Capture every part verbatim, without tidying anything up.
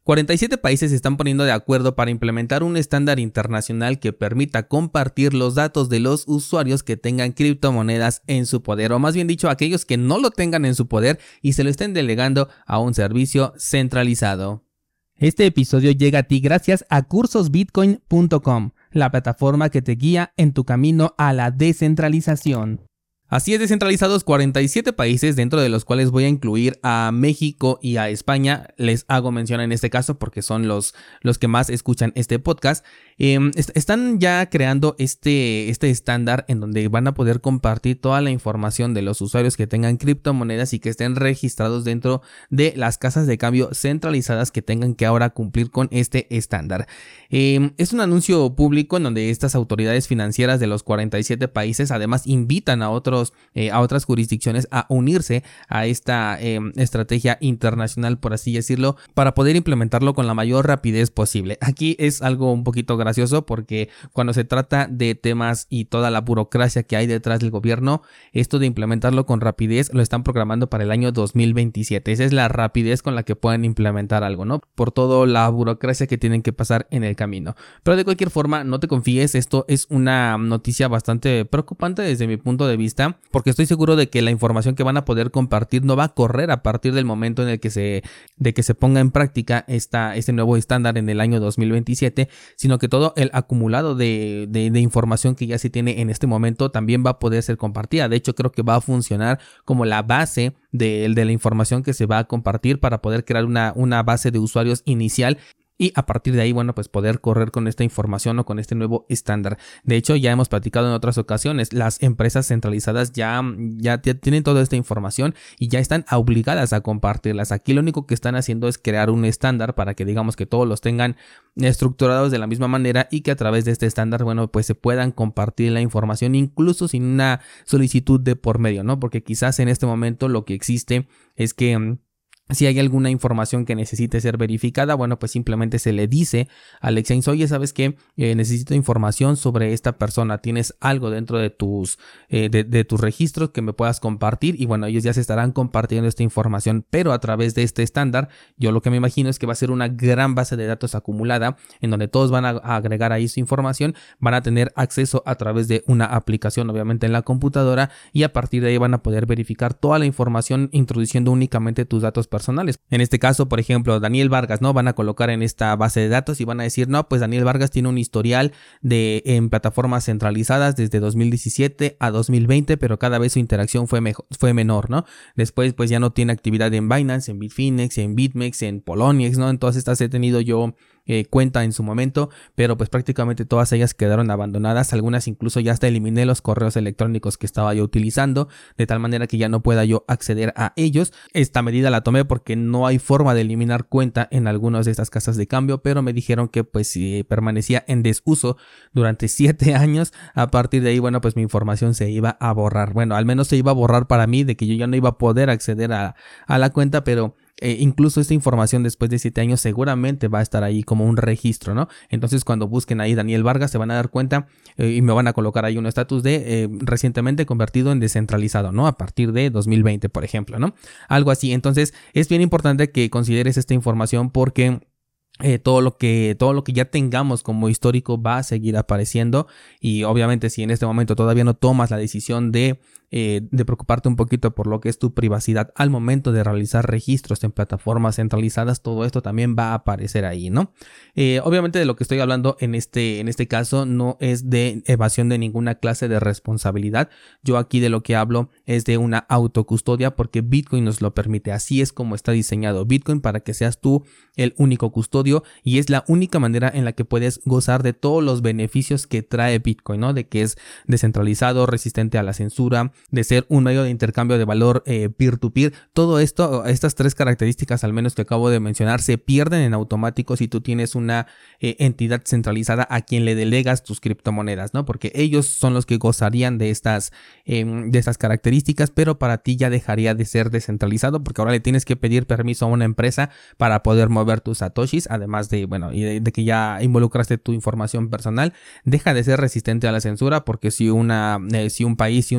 cuarenta y siete países se están poniendo de acuerdo para implementar un estándar internacional que permita compartir los datos de los usuarios que tengan criptomonedas en su poder, o más bien dicho, aquellos que no lo tengan en su poder y se lo estén delegando a un servicio centralizado. Este episodio llega a ti gracias a cursos bitcoin punto com, la plataforma que te guía en tu camino a la descentralización. Así es, descentralizados, cuarenta y siete países, dentro de los cuales voy a incluir a México y a España. Les hago mención en este caso porque son los, los que más escuchan este podcast. Eh, est- están ya creando este, este estándar en donde van a poder compartir toda la información de los usuarios que tengan criptomonedas y que estén registrados dentro de las casas de cambio centralizadas que tengan que ahora cumplir con este estándar. Eh, es un anuncio público en donde estas autoridades financieras de los cuarenta y siete países además invitan a otros Eh, a otras jurisdicciones a unirse a esta eh, estrategia internacional, por así decirlo, para poder implementarlo con la mayor rapidez posible. Aquí es algo un poquito gracioso porque cuando se trata de temas y toda la burocracia que hay detrás del gobierno, esto de implementarlo con rapidez lo están programando para el año dos mil veintisiete. Esa es la rapidez con la que pueden implementar algo, ¿no? Por toda la burocracia que tienen que pasar en el camino. Pero de cualquier forma, no te confíes, esto es una noticia bastante preocupante desde mi punto de vista, porque estoy seguro de que la información que van a poder compartir no va a correr a partir del momento en el que se, de que se ponga en práctica esta, este nuevo estándar en el año dos mil veintisiete, sino que todo el acumulado de, de, de información que ya se tiene en este momento también va a poder ser compartida. De hecho, creo que va a funcionar como la base de, de la información que se va a compartir para poder crear una, una base de usuarios inicial. Y a partir de ahí, bueno, pues poder correr con esta información o con este nuevo estándar. De hecho, ya hemos platicado en otras ocasiones, las empresas centralizadas ya, ya tienen toda esta información y ya están obligadas a compartirlas. Aquí lo único que están haciendo es crear un estándar para que digamos que todos los tengan estructurados de la misma manera y que a través de este estándar, bueno, pues se puedan compartir la información incluso sin una solicitud de por medio, ¿no? Porque quizás en este momento lo que existe es que si hay alguna información que necesite ser verificada, bueno, pues simplemente se le dice al exchange, oye, ¿sabes qué? Eh, necesito información sobre esta persona. ¿Tienes algo dentro de tus, eh, de, de tus registros que me puedas compartir? Y bueno, ellos ya se estarán compartiendo esta información, pero a través de este estándar, yo lo que me imagino es que va a ser una gran base de datos acumulada en donde todos van a, a agregar ahí su información, van a tener acceso a través de una aplicación, obviamente en la computadora, y a partir de ahí van a poder verificar toda la información introduciendo únicamente tus datos personales. personales. En este caso, por ejemplo, Daniel Vargas, ¿no? Van a colocar en esta base de datos y van a decir, no, pues Daniel Vargas tiene un historial de en plataformas centralizadas desde dos mil diecisiete a dos mil veinte, pero cada vez su interacción fue, mejor, fue menor, ¿no? Después, pues ya no tiene actividad en Binance, en Bitfinex, en BitMEX, en Poloniex, ¿no? En todas estas he tenido yo Eh, cuenta en su momento, pero pues prácticamente todas ellas quedaron abandonadas. Algunas incluso ya hasta eliminé los correos electrónicos que estaba yo utilizando, de tal manera que ya no pueda yo acceder a ellos. Esta medida la tomé porque no hay forma de eliminar cuenta en algunas de estas casas de cambio, pero me dijeron que pues si permanecía en desuso durante siete años, a partir de ahí, bueno, pues mi información se iba a borrar. Bueno, al menos se iba a borrar para mí, de que yo ya no iba a poder acceder a, a la cuenta, pero Eh, incluso esta información después de siete años seguramente va a estar ahí como un registro, ¿no? Entonces cuando busquen ahí Daniel Vargas se van a dar cuenta eh, y me van a colocar ahí un estatus de eh, recientemente convertido en descentralizado, ¿no? A partir de dos mil veinte, por ejemplo, ¿no? Algo así. Entonces es bien importante que consideres esta información porque Eh, todo lo que todo lo que ya tengamos como histórico va a seguir apareciendo, y obviamente si en este momento todavía no tomas la decisión de eh, de preocuparte un poquito por lo que es tu privacidad al momento de realizar registros en plataformas centralizadas, todo esto también va a aparecer ahí, ¿no? Eh, obviamente de lo que estoy hablando en este en este caso no es de evasión de ninguna clase de responsabilidad. Yo aquí de lo que hablo es de una autocustodia porque Bitcoin nos lo permite. Así es como está diseñado Bitcoin, para que seas tú el único custodio, y es la única manera en la que puedes gozar de todos los beneficios que trae Bitcoin, ¿no? De que es descentralizado, resistente a la censura, de ser un medio de intercambio de valor eh, peer-to-peer. Todo esto, estas tres características al menos que acabo de mencionar, se pierden en automático si tú tienes una eh, entidad centralizada a quien le delegas tus criptomonedas, ¿no? Porque ellos son los que gozarían de estas, eh, de estas características, pero para ti ya dejaría de ser descentralizado porque ahora le tienes que pedir permiso a una empresa para poder mover tus satoshis, además de, bueno, y de, de que ya involucraste tu información personal. Deja de ser resistente a la censura porque si una, eh, si un país y una regulación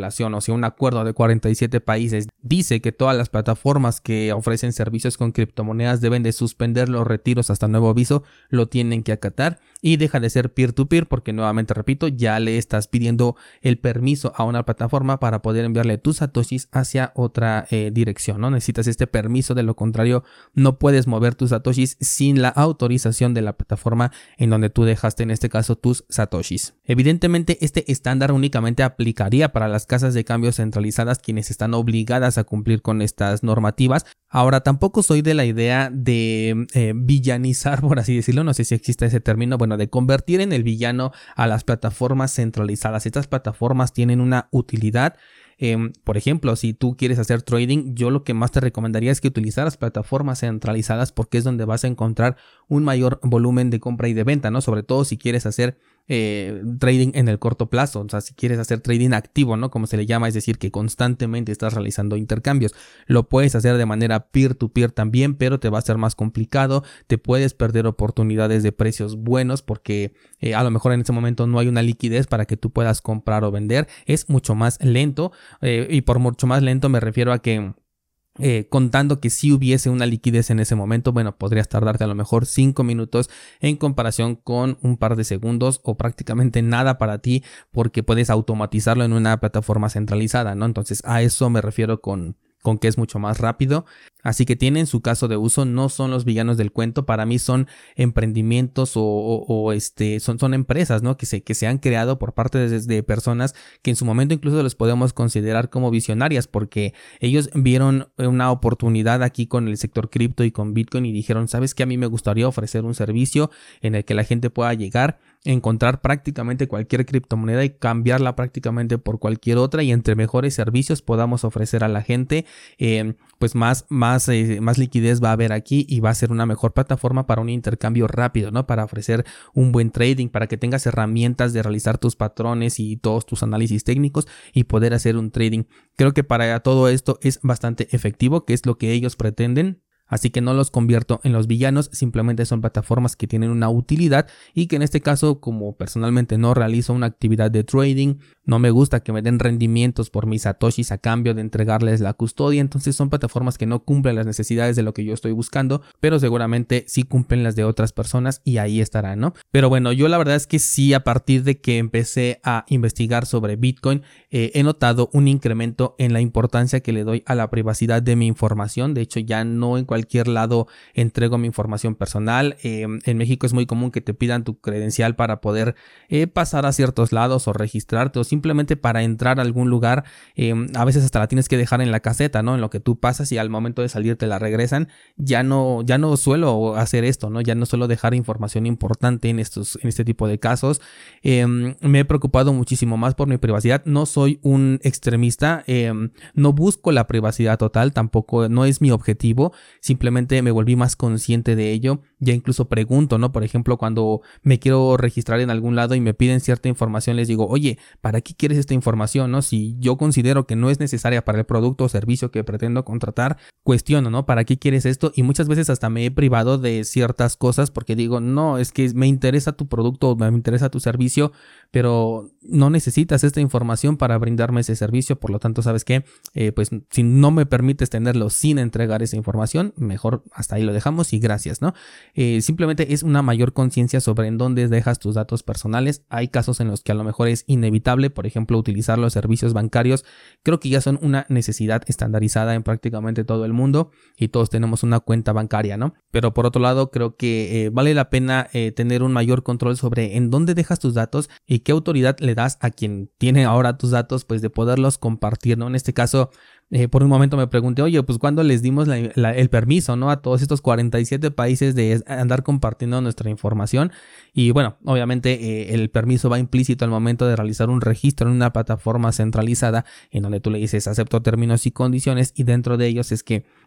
relación, o sea, un acuerdo de cuarenta y siete países dice que todas las plataformas que ofrecen servicios con criptomonedas deben de suspender los retiros hasta nuevo aviso, lo tienen que acatar y deja de ser peer-to-peer porque nuevamente repito, ya le estás pidiendo el permiso a una plataforma para poder enviarle tus satoshis hacia otra eh, dirección, ¿no? Necesitas este permiso, de lo contrario no puedes mover tus satoshis sin la autorización de la plataforma en donde tú dejaste en este caso tus satoshis. Evidentemente este estándar únicamente aplicaría para las casas de cambio centralizadas, quienes están obligadas a cumplir con estas normativas. Ahora, tampoco soy de la idea de eh, villanizar, por así decirlo, no sé si existe ese término, bueno, de convertir en el villano a las plataformas centralizadas. Estas plataformas tienen una utilidad. Eh, por ejemplo, si tú quieres hacer trading, yo lo que más te recomendaría es que utilizaras plataformas centralizadas porque es donde vas a encontrar un mayor volumen de compra y de venta, ¿no? Sobre todo si quieres hacer eh, trading en el corto plazo, o sea, si quieres hacer trading activo, ¿no? Como se le llama, es decir, que constantemente estás realizando intercambios. Lo puedes hacer de manera peer-to-peer también, pero te va a ser más complicado, te puedes perder oportunidades de precios buenos porque eh, a lo mejor en ese momento no hay una liquidez para que tú puedas comprar o vender, es mucho más lento. Eh, y por mucho más lento me refiero a que eh, contando que si hubiese una liquidez en ese momento, bueno, podrías tardarte a lo mejor cinco minutos en comparación con un par de segundos o prácticamente nada para ti porque puedes automatizarlo en una plataforma centralizada, ¿no? Entonces a eso me refiero con... con que es mucho más rápido, así que tienen su caso de uso, no son los villanos del cuento, para mí son emprendimientos o, o, o este, son, son empresas, ¿no? Que se, que se han creado por parte de, de personas que en su momento incluso les podemos considerar como visionarias porque ellos vieron una oportunidad aquí con el sector cripto y con Bitcoin y dijeron, ¿sabes qué? A mí me gustaría ofrecer un servicio en el que la gente pueda llegar, encontrar prácticamente cualquier criptomoneda y cambiarla prácticamente por cualquier otra y entre mejores servicios podamos ofrecer a la gente, eh, pues más, más, eh, más liquidez va a haber aquí y va a ser una mejor plataforma para un intercambio rápido, ¿no? Para ofrecer un buen trading, para que tengas herramientas de realizar tus patrones y todos tus análisis técnicos y poder hacer un trading. Creo que para todo esto es bastante efectivo, que es lo que ellos pretenden. Así que no los convierto en los villanos, simplemente son plataformas que tienen una utilidad y que en este caso, como personalmente no realizo una actividad de trading, no me gusta que me den rendimientos por mis satoshis a cambio de entregarles la custodia, entonces son plataformas que no cumplen las necesidades de lo que yo estoy buscando, pero seguramente sí cumplen las de otras personas y ahí estarán, ¿no? Pero bueno, yo la verdad es que sí, a partir de que empecé a investigar sobre Bitcoin, eh, he notado un incremento en la importancia que le doy a la privacidad de mi información. De hecho, ya no en cualquier lado entrego mi información personal. Eh, en México es muy común que te pidan tu credencial para poder eh, pasar a ciertos lados o registrarte o simplemente para entrar a algún lugar. Eh, a veces hasta la tienes que dejar en la caseta, ¿no? En lo que tú pasas y al momento de salir te la regresan. Ya no, ya no suelo hacer esto, ¿no? Ya no suelo dejar información importante en estos, en este tipo de casos. Eh, me he preocupado muchísimo más por mi privacidad. No soy un extremista, eh, no busco la privacidad total, tampoco, no es mi objetivo. Simplemente me volví más consciente de ello. Ya incluso pregunto, ¿no? Por ejemplo, cuando me quiero registrar en algún lado y me piden cierta información, les digo, oye, ¿para qué quieres esta información, no? Si yo considero que no es necesaria para el producto o servicio que pretendo contratar, cuestiono, ¿no? ¿Para qué quieres esto? Y muchas veces hasta me he privado de ciertas cosas porque digo, no, es que me interesa tu producto, me interesa tu servicio, pero no necesitas esta información para brindarme ese servicio. Por lo tanto, ¿sabes qué? Eh, pues si no me permites tenerlo sin entregar esa información, mejor hasta ahí lo dejamos y gracias, ¿no? Eh, simplemente es una mayor conciencia sobre en dónde dejas tus datos personales. Hay casos en los que a lo mejor es inevitable, por ejemplo, utilizar los servicios bancarios. Creo que ya son una necesidad estandarizada en prácticamente todo el mundo y todos tenemos una cuenta bancaria, ¿no? Pero por otro lado, creo que eh, vale la pena eh, tener un mayor control sobre en dónde dejas tus datos y qué autoridad le das a quien tiene ahora tus datos, pues de poderlos compartir, ¿no? En este caso, Eh, por un momento me pregunté, oye, pues ¿cuándo les dimos la, la, el permiso, ¿no? A todos estos cuarenta y siete países de andar compartiendo nuestra información? Y bueno, obviamente eh, el permiso va implícito al momento de realizar un registro en una plataforma centralizada en donde tú le dices acepto términos y condiciones y dentro de ellos es que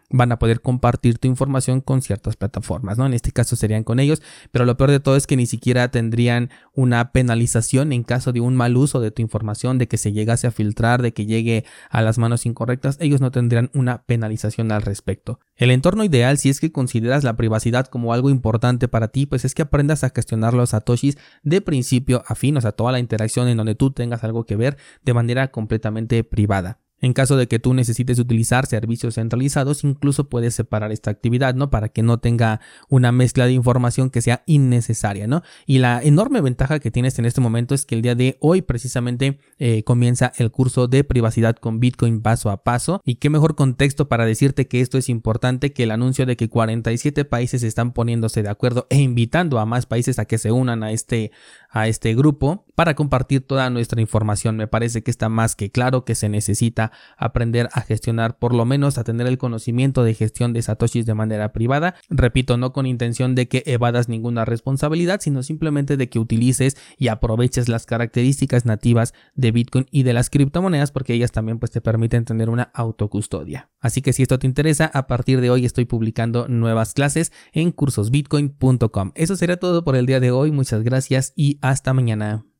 van a poder compartir tu información con ciertas plataformas, ¿no? En este caso serían con ellos, pero lo peor de todo es que ni siquiera tendrían una penalización en caso de un mal uso de tu información, de que se llegase a filtrar, de que llegue a las manos incorrectas. Ellos no tendrían una penalización al respecto. El entorno ideal, si es que consideras la privacidad como algo importante para ti, pues es que aprendas a gestionar los satoshis de principio a fin, o sea, toda la interacción en donde tú tengas algo que ver de manera completamente privada. En caso de que tú necesites utilizar servicios centralizados, incluso puedes separar esta actividad, ¿no? Para que no tenga una mezcla de información que sea innecesaria, ¿no? Y la enorme ventaja que tienes en este momento es que el día de hoy precisamente eh, comienza el curso de privacidad con Bitcoin paso a paso. Y qué mejor contexto para decirte que esto es importante que el anuncio de que cuarenta y siete países están poniéndose de acuerdo e invitando a más países a que se unan a este, a este grupo para compartir toda nuestra información. Me parece que está más que claro que se necesita aprender a gestionar, por lo menos a tener el conocimiento de gestión de satoshis de manera privada. Repito, no con intención de que evadas ninguna responsabilidad, sino simplemente de que utilices y aproveches las características nativas de Bitcoin y de las criptomonedas, porque ellas también pues te permiten tener una autocustodia. Así que si esto te interesa, a partir de hoy estoy publicando nuevas clases en cursos bitcoin punto com. Eso será todo por el día de hoy. Muchas gracias y hasta mañana.